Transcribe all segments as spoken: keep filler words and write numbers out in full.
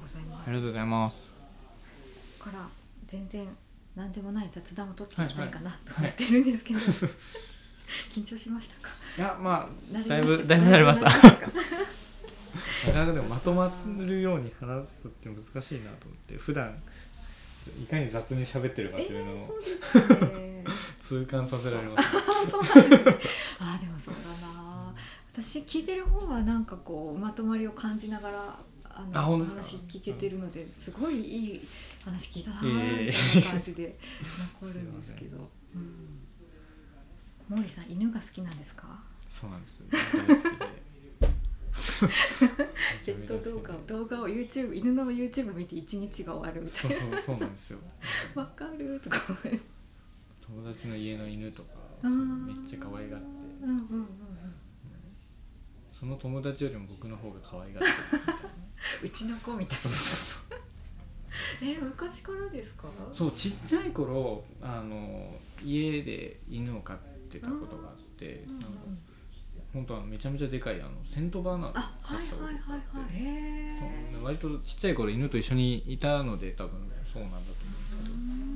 ございます。 ありがとうございます。 から全然何でもない雑談を取っていきたいかなとはいはい思ってるんですけど、はい、緊張しましたか？ いやまあ慣れだいぶましただいぶ慣れました。 だいぶ慣れましたか？ なかなかでもまとまるように話すって難しいなと思って、普段いかに雑に喋ってるかというのを、 えー、そうですね痛感させられます、ね、 そうなんですね。あでもそうだな、私聞いてる方はなんかこうまとまりを感じながらあのあ話聞けてるので、すごいいい話聞いたなえー、 みたいな感じで残るんですけど、うん、毛利さん犬が好きなんですか？ そうなんですよ、大好きでペット動画を動画を YouTube 犬の YouTube 見て一日が終わるみたいな。 そうそうそうなんですよわかるとか友達の家の犬とかめっちゃ可愛がって、 うんうんうんうん、 その友達よりも僕の方が可愛がってるみたいなうちの子みたいなえ昔からですか？ そうちっちゃい頃あの家で犬を飼ってたことがあって、 うんうん、 なんか本当はめちゃめちゃでかいあのセントバーナードあ飼ってたことがあって、 はいはいはいはい、へー、 そう割とちっちゃい頃犬と一緒にいたので多分そうなんだと思うんですけど、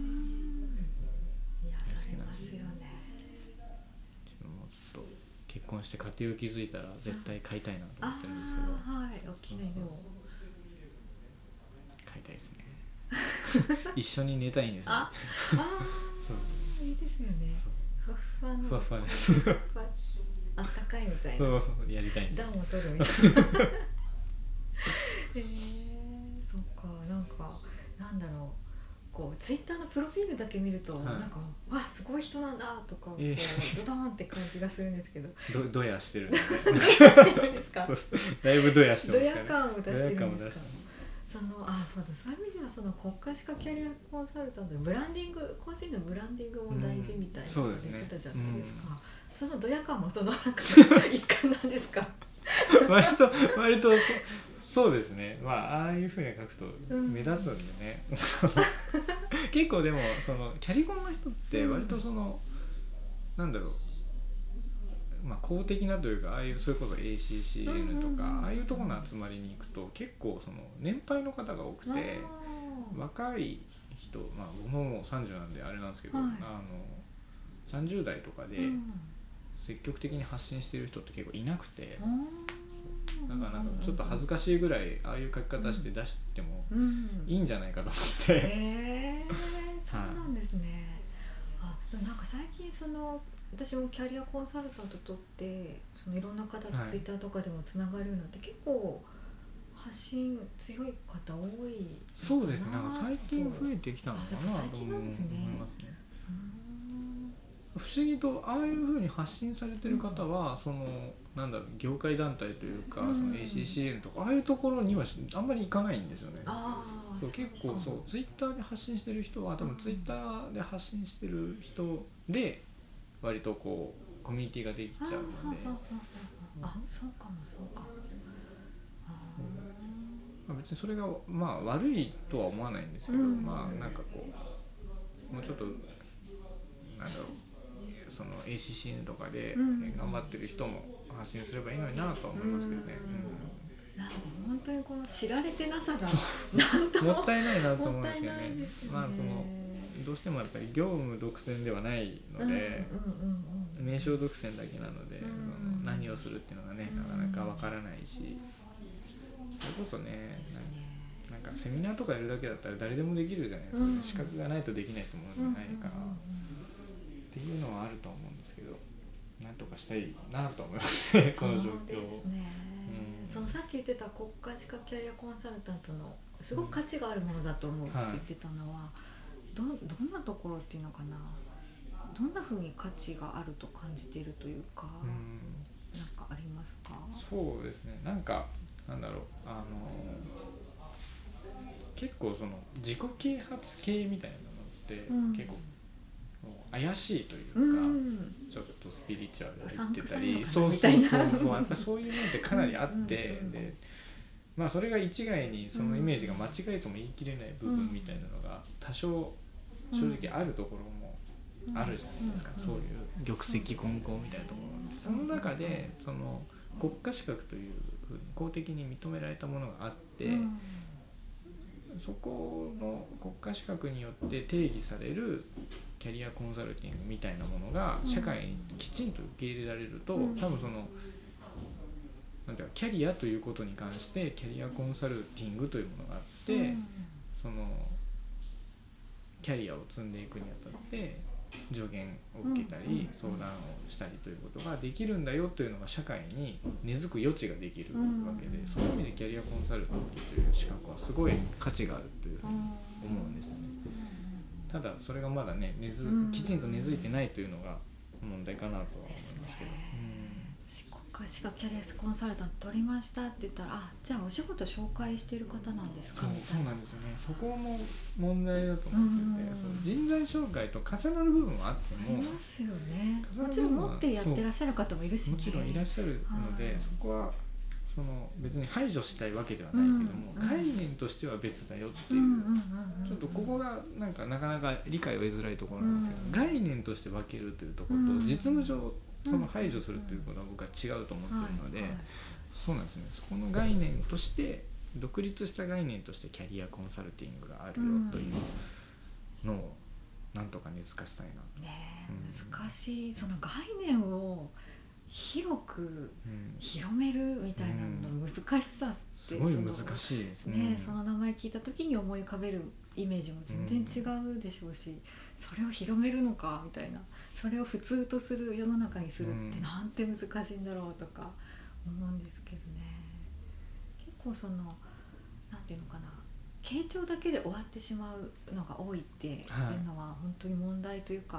癒されますよね。 もうちょっと結婚して家庭を築いたら絶対飼いたいなと思ってるんですけど、 あはい、大きな犬を飼いたいですね一緒に寝たいんですよ、ね、 ああそういいですよね。ふわふわのふわふわですふわふわあったかいみたいな、 そうそうやりたいんですよ。 暖を取るみたいなへえー、そっか、なんかなんだろう、こうツイッターのプロフィールだけ見ると、はい、なんかわすごい人なんだとか、えー、ドドーンって感じがするんですけどどドヤしてるんでねだいぶドヤしてますからね。 ドヤ感を出してるんですか？そのあそうだ、そういう意味ではその国家資格キャリアコンサルタントのブランディング、個人のブランディングも大事みたいなこと言ってたじゃないですか。そのドヤ感もそのなんか一環なんですか？ 割と割と そ, そうですね。まあああいう風に書くと目立つんでね、うん、結構でもそのキャリコンの人って割とその、うん、なんだろう、まあ、公的なというか、ああいうそれこそ エーシーシーエヌ とか、うんうんうん、ああいうところの集まりに行くと結構その年配の方が多くて、若い人、まあ僕ももうさんじゅうなんであれなんですけど、はい、あのさんじゅう代とかで積極的に発信してる人って結構いなくて、うん、だからなんかちょっと恥ずかしいぐらいああいう書き方して出してもいいんじゃないかと思って、うんうん、 へー、そうなんですね。あ、でもなんか最近その私もキャリアコンサルタントとってそのいろんな方とツイッターとかでもつながるようになって、はい、結構発信強い方多い。 そうですね、なんか最近増えてきたのかなと思いますね。不思議とああいう風に発信されてる方は、うん、そのなんだろう、業界団体というか、うん、その エーシーシーエヌ とかああいうところにはあんまり行かないんですよね。あそう結構そうツイッターで発信してる人は多分ツイッターで発信してる人で割とこうコミュニティができちゃうので、 あ、そうかもそうかも。あ、 まあ、別にそれがまあ悪いとは思わないんですけど、うん、まあなんかこうもうちょっとなんだろう、その エーシーシーエヌ とかで頑張ってる人も発信すればいいのになとは思いますけどね。 うん、なんか本当にこの知られてなさがなんとももったいないなと思うんですけどね。ね、まあそのどうしてもやっぱり業務独占ではないので、名称独占だけなので、うん、その何をするっていうのがね、なかなかわからないし、それこそね、なんかセミナーとかやるだけだったら誰でもできるじゃないですか、ね、うん、資格がないとできないと思うんじゃないから、っていうのはあると思うんですけど、なんとかしたいなと思いますね、この状況を。そうですね、 うん、そのさっき言ってた国家資格キャリアコンサルタントのすごく価値があるものだと思うって言ってたのは、うん、ど, どんなところっていうのかな、どんな風に価値があると感じているというか、うん、なんかありますか？ そうですね、なんかなんだろう、あの結構その自己啓発系みたいなのって、うん、結構怪しいというか、うん、ちょっとスピリチュアルが入ってたり、そうそうそうそう、やっぱそういう面ってかなりあって、うん、で、まあそれが一概にそのイメージが間違いとも言い切れない部分みたいなのが多少正直あるところもあるじゃないですか、うん、そういう玉石混交みたいなところで、その中でその国家資格というふうに公的に認められたものがあって、うん、 そこの国家資格によって定義されるキャリアコンサルティングみたいなものが社会にきちんと受け入れられると、うん、多分そのなんていうかキャリアということに関してキャリアコンサルティングというものがあって、うん、そのキャリアを積んでいくにあたって助言を受けたり相談をしたりということができるんだよというのが社会に根付く余地ができるわけで、そういう意味でキャリアコンサルタントという資格はすごい価値があるというふうに思うんですよね。ただそれがまだね根付きちんと根付いてないというのが問題かなとは思いますけど、 国家資格キャリアコンサルタント取りましたって言ったら、あ、じゃあお仕事紹介している方なんですかそうみたいな。 そうなんですよね。そこも問題だと思ってて、そう人材紹介と重なる部分はあってもありますよね。もちろん持ってやってらっしゃる方もいるしね。 もちろんいらっしゃるので、はい、そこはその別に排除したいわけではないけども、うん、概念としては別だよっていう、ちょっとここがなんかなかなか理解を得づらいところなんですけど、うん、概念として分けるというところと、うん、実務上その排除するということは僕は違うと思っているので、うんはいはい、そうなんですね。そこの概念として独立した概念としてキャリアコンサルティングがあるよというのをなんとか根付かせたいな、 ねうん、難しいその概念を広く広めるみたいなのの難しさって、 うん、すごい難しいですね。 ね、その名前聞いた時に思い浮かべるイメージも全然違うでしょうし、うん、それを広めるのかみたいな、それを普通とする世の中にするってなんて難しいんだろうとか思うんですけどね。結構そのなんていうのかな、傾聴だけで終わってしまうのが多いっていうのは本当に問題というか、はい、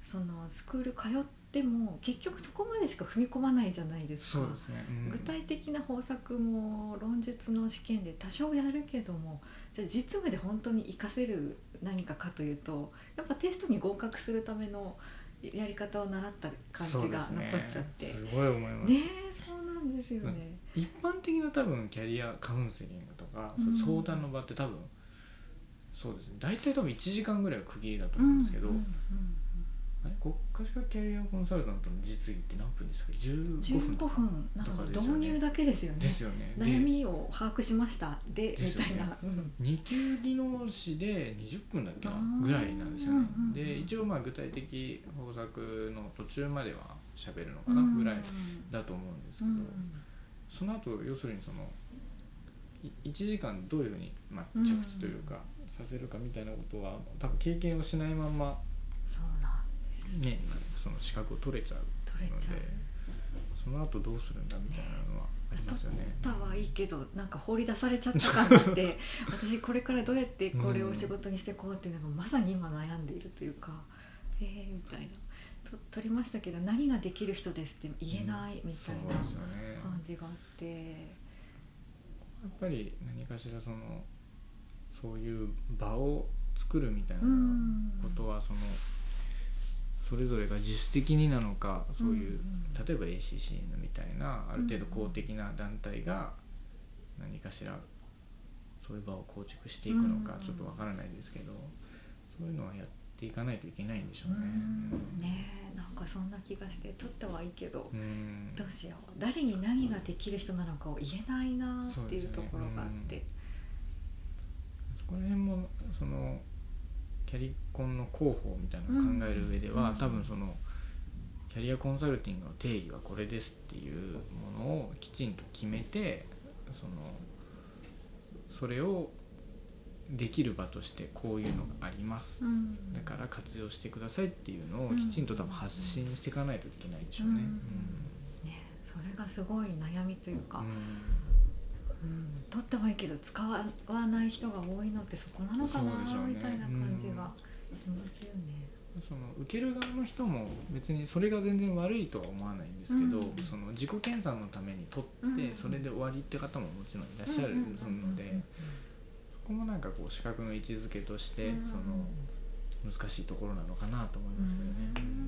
そのスクール通っても結局そこまでしか踏み込まないじゃないですか。 そうですね、うん、 具体的な方策も論述の試験で多少やるけども、じゃあ実務で本当に活かせる何かかというと、やっぱテストに合格するためのやり方を習った感じが残っちゃって、 す,、ね、すごい思いますね。そうなんですよね。 一般的な多分キャリアカウンセリングとか、うん、相談の場って多分そうですね、大体多分いちじかんぐらいは区切りだと思うんですけど、うんうんうん、あれ国家資格キャリアコンサルタントの実技って何分ですか？じゅうごふんとかなんか導入だけですよね。 ですよね。 悩みを把握しましたでみたいな、ねうん、 に級技能士でにじゅっぷんだっけなぐらいなんですよね、うんうん、で一応まあ具体的方策の途中までは喋るのかなぐらいだと思うんですけど、うんうん、その後要するにそのいちじかんどういうふうに、まあ、着地というか、うん、させるかみたいなことは多分経験をしないままそうなんですね、 その資格を取れちゃうので、その後どうするんだみたいなのはありますよね。 取ったはいいけどなんか放り出されちゃった感があって私これからどうやってこれを仕事にしていこうっていうのがまさに今悩んでいるというか、えーみたいな、と取りましたけど何ができる人ですって言えないみたいな感じがあって、うんね、 やっぱり何かしらそのそういう場を作るみたいなことはそのそれぞれが自主的になのか、そういう、うんうん、例えば エーシーシーエヌ みたいなある程度公的な団体が何かしらそういう場を構築していくのかちょっとわからないですけど、そういうのはやっていかないといけないんでしょうね。 うん、ねえ、なんかそんな気がして取ったはいいけど、うん、どうしよう、誰に何ができる人なのかを言えないなっていうところがあって、 そこら辺もそのキャリコンの広報みたいなのを考える上では、うん、多分そのキャリアコンサルティングの定義はこれですっていうものをきちんと決めて、そのそれをできる場としてこういうのがあります、うん、だから活用してくださいっていうのをきちんと多分発信していかないといけないでしょうね。うんうんね、それがすごい悩みというか、うんうん、取ってはいいけど使わない人が多いのってそこなのかな、ね、みたいな感じがしますよね。 その受ける側の人も別にそれが全然悪いとは思わないんですけど、うん、その自己研鑽のために取ってそれで終わりって方ももちろんいらっしゃるので、そこもなんかこう資格の位置づけとしてその難しいところなのかなと思いますけどね。うん、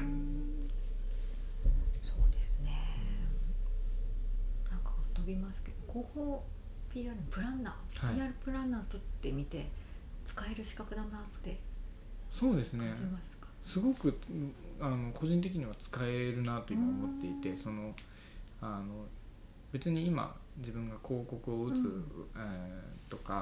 そうですね。なんか飛びますけど、広報ピーアール プランナー、はい、ピーアール プランナー取ってみて使える資格だなってそうですね、 感じますか？ すごくあの個人的には使えるなと今思っていて、そのあの別に今自分が広告を打つ、うんえー、とかそ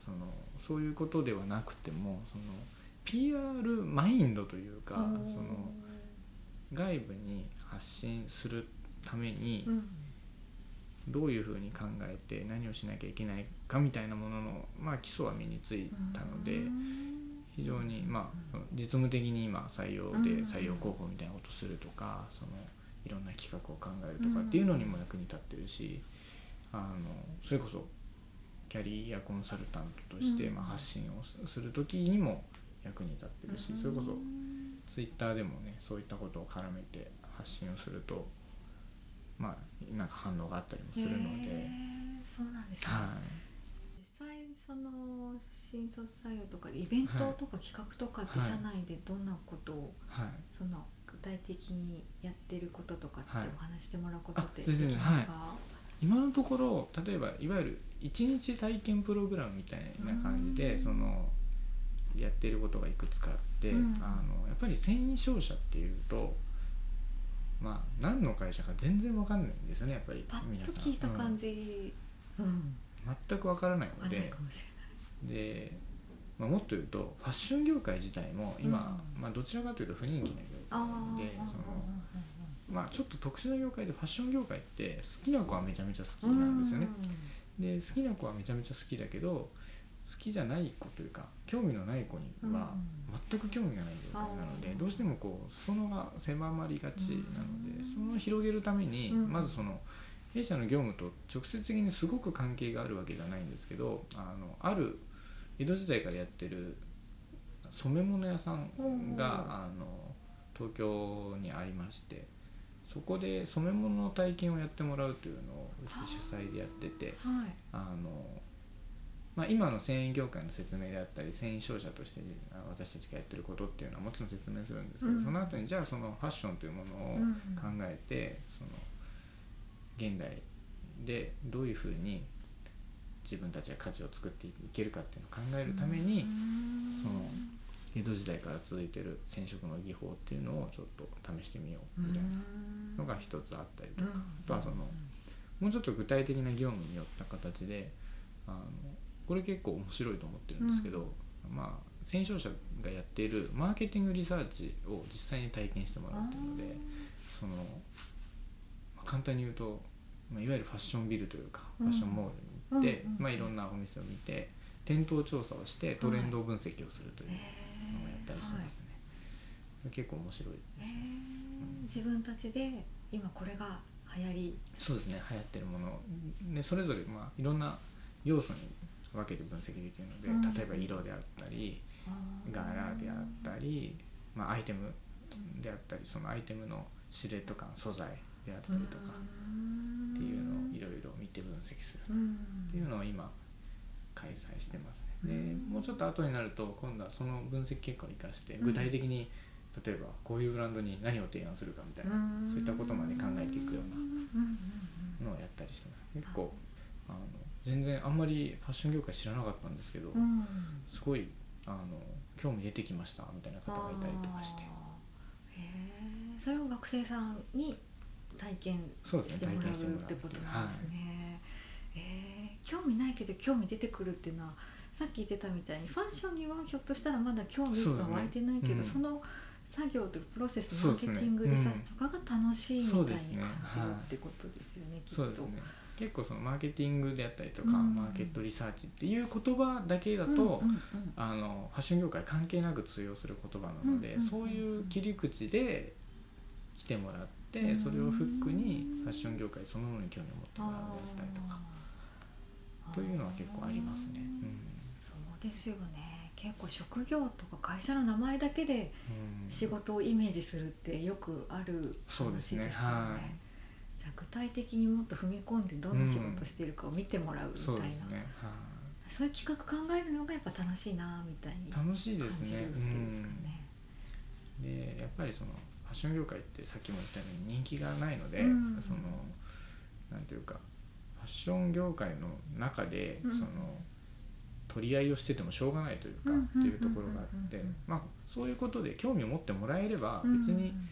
そのそういうことではなくてもその ピーアール マインドというかその外部に発信するためにどういうふうに考えて何をしなきゃいけないかみたいなものの、まあ、基礎は身についたので非常に、まあ、実務的に今採用で採用広報みたいなことするとかそのいろんな企画を考えるとかっていうのにも役に立ってるしあのそれこそキャリアコンサルタントとしてまあ発信をする時にも役に立ってるしそれこそツイッターでもねそういったことを絡めて発信をするとまあなんか反応があったりもするので。 そうなんですね、 はい実際その新卒採用とかイベントとか企画とかって社内でどんなことを、はい、その具体的にやってることとかってお話してもらうことってできますか？はい、 今のところ例えばいわゆるいちにち体験プログラムみたいな感じでそのやっていることがいくつかあって、うん、あのやっぱり繊維商社っていうとまあ何の会社か全然わかんないんですよねやっぱり皆さん。パッと聞いた感じ、うんうん、 全くわからないので、 わかんないかもしれない。 で、まあ、もっと言うとファッション業界自体も今、うんまあ、どちらかというと不人気な業界でその、まあ、ちょっと特殊な業界でファッション業界って好きな子はめちゃめちゃ好きなんですよね。で好きな子はめちゃめちゃ好きだけど好きじゃない子というか興味のない子には全く興味がない状態なのでどうしてもこう裾野が狭まりがちなのでその広げるためにまずその弊社の業務と直接的にすごく関係があるわけではないんですけど あのある江戸時代からやってる染め物屋さんがあの東京にありましてそこで染め物の体験をやってもらうというのをうち主催でやってて、はい、あのまあ、今の繊維業界の説明であったり繊維商社として私たちがやってることっていうのはもちろん説明するんですけど、うん、その後にじゃあそのファッションというものを考えて、うん、その現代でどういうふうに自分たちが価値を作っていけるかっていうのを考えるために、うん、その江戸時代から続いている染色の技法っていうのをちょっと試してみようみたいなのが一つあったりとか、うん、あとはそのもうちょっと具体的な業務によった形であのこれ結構面白いと思ってるんですけど、うん、まあ染商社がやっているマーケティングリサーチを実際に体験してもらうっていうのでその、まあ、簡単に言うと、まあ、いわゆるファッションビルというか、うん、ファッションモールに行って、うんまあ、いろんなお店を見て店頭調査をしてトレンド分析をするというのをやったりしてますね、はい、結構面白いですね、 うん、自分たちで今これが流行りそうですね流行ってるものでそれぞれまあいろんな要素に分けて分析できるので、うん、例えば色であったり柄であったり、まあ、アイテムであったりそのアイテムのシルエット感素材であったりとかっていうのをいろいろ見て分析するっていうのを今開催してますね。でもうちょっと後になると今度はその分析結果を生かして具体的に例えばこういうブランドに何を提案するかみたいなそういったことまで考えていくようなのをやったりしてます。結構あの全然あんまりファッション業界知らなかったんですけど、うん、すごいあの興味出てきましたみたいな方がいたりとかして、へーそれを学生さんに体験してもらうってことなんですね。えー、興味ないけど興味出てくるっていうのはさっき言ってたみたいにファッションにはひょっとしたらまだ興味が湧いてないけど そ,、ねうん、その作業というプロセスマーケティングリサーチとかが楽しいみたいに感じるってことですよね、きっと。 そうですね。結構そのマーケティングであったりとか、うん、マーケットリサーチっていう言葉だけだと、うんうんうん、あのファッション業界関係なく通用する言葉なので、うんうんうん、そういう切り口で来てもらって、うん、それをフックにファッション業界そのものに興味を持ってもらうであったりとかというのは結構ありますね、うん、 そうですよね。結構職業とか会社の名前だけで仕事をイメージするってよくある話ですよね、うん、そうですね、はい、じゃあ具体的にもっと踏み込んでどんな仕事しているかを見てもらうみたいな、うん、そうですね、はあ、そういう企画考えるのがやっぱ楽しいなみたいに楽しいですね。 感じるわけですかね、 うん、でやっぱりそのファッション業界ってさっきも言ったように人気がないので、うん、そのなんていうかファッション業界の中で、うん、その取り合いをしててもしょうがないというか、うん、っていうところがあって、まあ、そういうことで興味を持ってもらえれば別に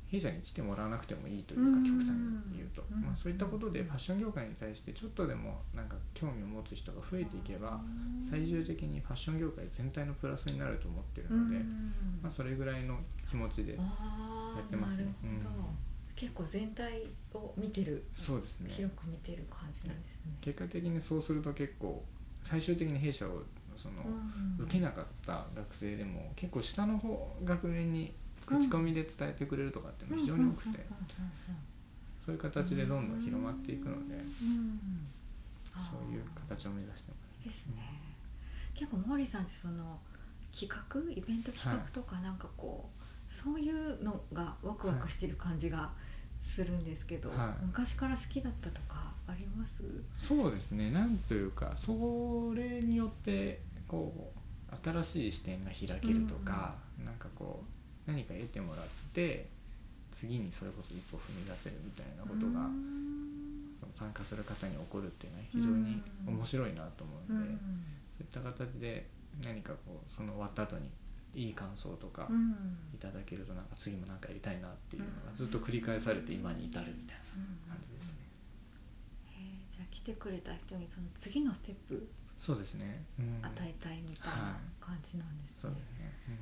弊社に来てもらわなくてもいいというか、極端に言うと、まあ、そういったことでファッション業界に対してちょっとでもなんか興味を持つ人が増えていけば、最終的にファッション業界全体のプラスになると思ってるので、まあ、それぐらいの気持ちでやってますね。うん、 結構全体を見てる、 そうですね、 広く見てる感じなんですね。 結果的にそうすると結構最終的に弊社をその、うん、受けなかった学生でも結構下の方学年に口コミで伝えてくれるとかっていうのが非常に多くて、そういう形でどんどん広まっていくので、うん、そういう形を目指してます。 いいですね。結構モーリーさんってその企画イベント企画とかなんかこう、はい、そういうのがワクワクしてる感じがするんですけど、はい、昔から好きだったとかあります？ そうですね、なんというかそれによってこう新しい視点が開けるとか、うんうん、なんかこう何か得てもらって次にそれこそ一歩踏み出せるみたいなことが、うん、その参加する方に起こるっていうのは非常に面白いなと思うので、うん、そういった形で何かこうその終わった後にいい感想とかいただけると、なんか次も何かやりたいなっていうのがずっと繰り返されて今に至るみたいな感じですね。 へー、じゃあ来てくれた人にその次のステップそうですね、うん、 与えたいみたいな感じなんですね。 はい、そうですね、うん、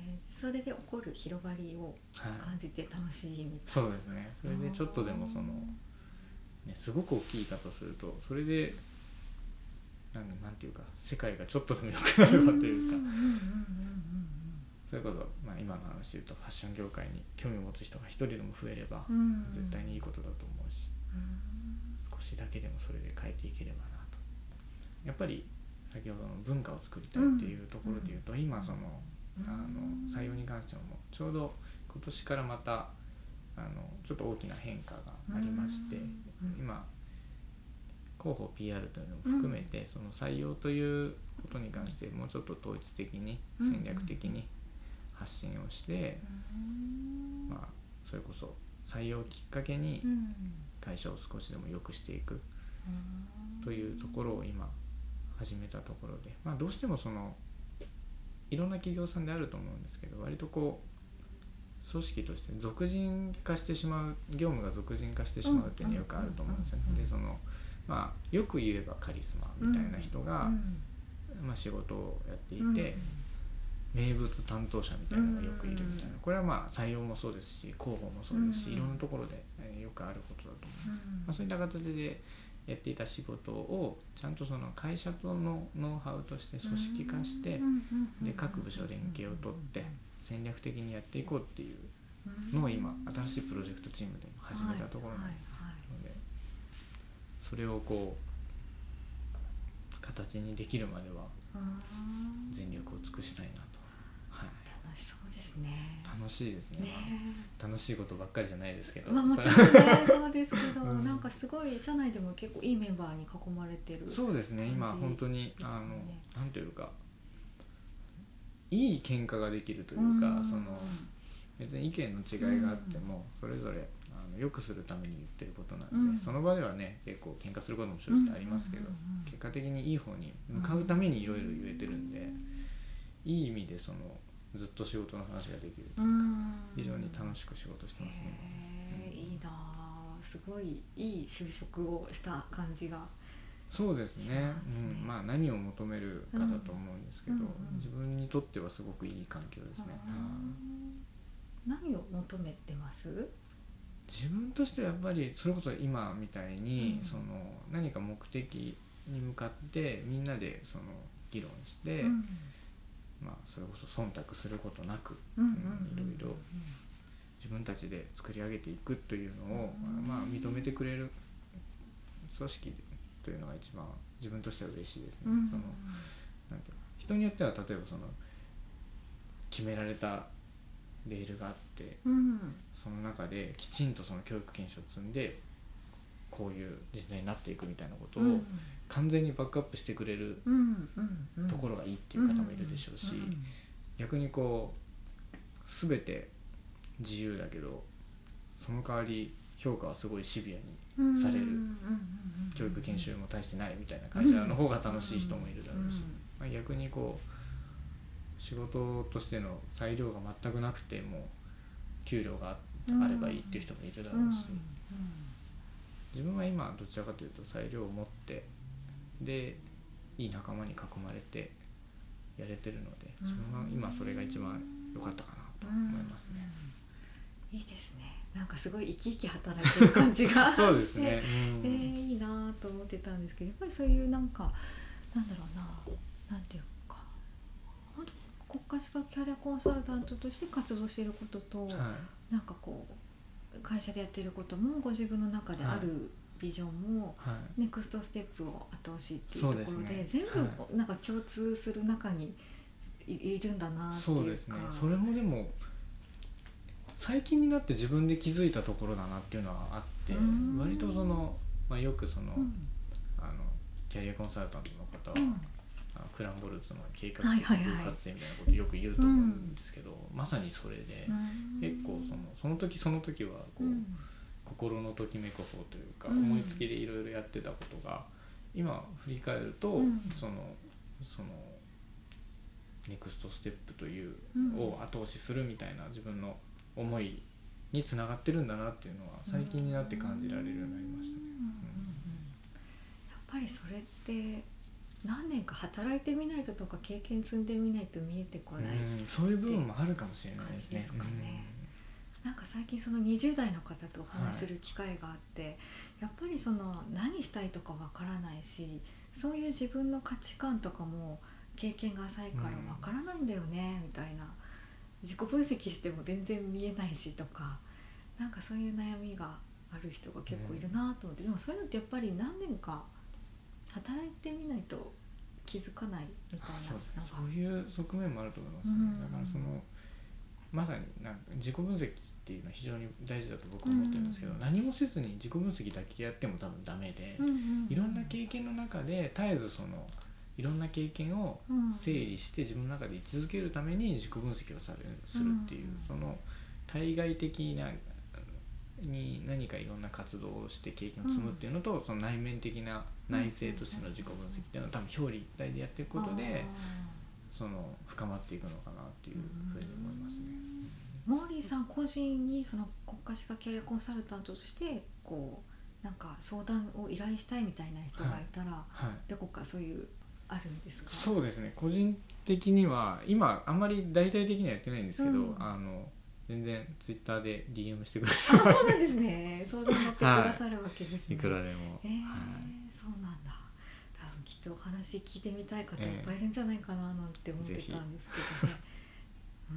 えー、それで起こる広がりを感じて楽しいみたいな、はい、 そうですね。それでちょっとでもその、ね、すごく大きい言い方をするとそれでなんなんていうか世界がちょっとでも良くなればというか、それこそ、まあ、今の話で言うとファッション業界に興味を持つ人が一人でも増えれば絶対にいいことだと思うし、少しだけでもそれで変えていければなと。やっぱり先ほどの文化を作りたいっていうところで言うと、今そのあの採用に関してもちょうど今年からまたあのちょっと大きな変化がありまして、今広報 ピーアール というのも含めて、その採用ということに関してもうちょっと統一的に戦略的に発信をして、まあそれこそ採用をきっかけに会社を少しでも良くしていくというところを今始めたところで、まあどうしてもそのいろんな企業さんであると思うんですけど、割とこう組織として俗人化してしまう、業務が俗人化してしまうっていうのはよくあると思うんですよね。でそのまあよく言えばカリスマみたいな人が、まあ、仕事をやっていて、名物担当者みたいなのがよくいるみたいな、これはまあ採用もそうですし広報もそうですし、いろんなところでよくあることだと思うんですけど、まあ、そういった形でやっていた仕事をちゃんとその会社とのノウハウとして組織化して、で各部署連携を取って戦略的にやっていこうっていうのを今新しいプロジェクトチームで始めたところなんですね。のでそれをこう形にできるまでは全力を尽くしたいなと。はい、 楽しそうですね。 楽しいですね。 ね、 まあ、楽しいことばっかりじゃないですけど、 まあ、もちろんねそうですけど、うん、なんかすごい社内でも結構いいメンバーに囲まれてる。 そうですね。今本当にあのなんていうかいい喧嘩ができるというか、その別に意見の違いがあってもそれぞれあの良くするために言ってることなので、うん、その場ではね結構喧嘩することも正直ありますけど、結果的にいい方に向かうためにいろいろ言えてるんで、いい意味でそのずっと仕事の話ができるというか、非常に楽しく仕事してますね。 へー、いいなあ、すごいいい就職をした感じが。 そうですね、うん、まあ何を求めるかだと思うんですけど、うんうんうん、自分にとってはすごくいい環境ですね。 何を求めてます？ 自分としてはやっぱりそれこそ今みたいに、うん、その何か目的に向かってみんなでその議論して、うん、まあそれこそ忖度することなくいろいろ自分たちで作り上げていくというのを、うん、まあ認めてくれる組織というのが一番自分としては嬉しいですね。うん、そのなんていうか、人によっては例えばその決められたレールがあって、うん、その中できちんとその教育研修を積んでこういう実践になっていくみたいなことを完全にバックアップしてくれるところがいいっていう方もいるでしょうし、逆にこう全て自由だけどその代わり評価はすごいシビアにされる、教育研修も大してないみたいな会社の方が楽しい人もいるだろうし、まあ、逆にこう仕事としての裁量が全くなくても給料があればいいっていう人もいるだろうし、自分は今どちらかというと裁量を持ってでいい仲間に囲まれてやれてるので、自分は今それが一番良かったかなと思いますね。 いいですね。なんかすごい生き生き働いてる感じがそうですね、 うん、えー、いいなと思ってたんですけど、やっぱりそういうなんかなんだろうな、なんていうか本当に国家資格キャリアコンサルタントとして活動していることと、はい、なんかこう会社でやっていることもご自分の中であるビジョンも、はい、ネクストステップを後押しっていうところ で, で、ね、全部なんか共通する中にいるんだなっていうか。 そうですね。それもでも最近になって自分で気づいたところだなっていうのはあって、割とその、まあ、よくその、うん、あのキャリアコンサルタントの方は、うん、クランボルツの計画的誘発性みたいなことよく言うと思うんですけど、うん、まさにそれで、うん、結構そのその時その時はこう、うん、心のときめく方というか、うん、思いつきでいろいろやってたことが今振り返ると、うん、そのそのネクストステップという、うん、を後押しするみたいな自分の思いにつながってるんだなっていうのは最近になって感じられるようになりましたね。うんうん、 やっぱりそれって何年か働いてみないととか経験積んでみないと見えてこない、 うん、そういう部分もあるかもしれないですね。 ですかね。うん、なんか最近そのにじゅう代の方とお話しする機会があって、はい、やっぱりその何したいとかわからないし、そういう自分の価値観とかも経験が浅いからわからないんだよね、うん、みたいな。自己分析しても全然見えないしとか、なんかそういう悩みがある人が結構いるなと思って、うん、でもそういうのってやっぱり何年か働いてみないと気づかないみたいな。 そうですね、そういう側面もあると思いますね。うん、だからそのまさになんか自己分析っていうのは非常に大事だと僕は思ってるんですけど、うん、何もせずに自己分析だけやっても多分ダメで、うんうんうん、いろんな経験の中で絶えずそのいろんな経験を整理して自分の中で位置づけるために自己分析をされるするっていう、その対外的なに何かいろんな活動をして経験を積むっていうのと、その内面的な内省としての自己分析っていうのは多分表裏一体でやっていくことでその深まっていくのかなっていうふうに思いますね。 モーリーさん個人にその国家資格キャリアコンサルタントとしてこうなんか相談を依頼したいみたいな人がいたら、はいはい、どこかそういうあるんですか？ そうですね、個人的には今あんまり大々的にはやってないんですけど、うん、あの全然ツイッターで ディーエム してくれる。 あ、そうなんですね。相談乗ってくださるわけですね。 はい、いくらでも、 えーはい、そうなんだ。多分きっとお話聞いてみたい方いっぱいいるんじゃないかななんて思ってたんですけどね。うん、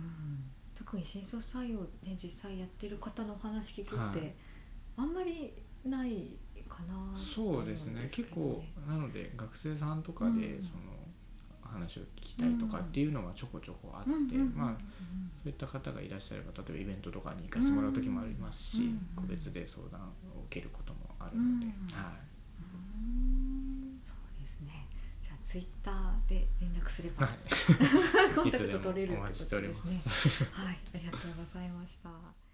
特に新卒採用で実際やってる方のお話聞くって、はい、あんまりないかな。 そうですね、結構なので学生さんとかで、うん、その話を聞きたいとかっていうのがちょこちょこあって、うん、まあそういった方がいらっしゃれば例えばイベントとかに行かせてもらう時もありますし、うん、個別で相談を受けることもあるので、うん、はい、 うん、そうですね。じゃあツイッターで連絡すれば、はい、コンタクト取れるってことですね。はい、ありがとうございました。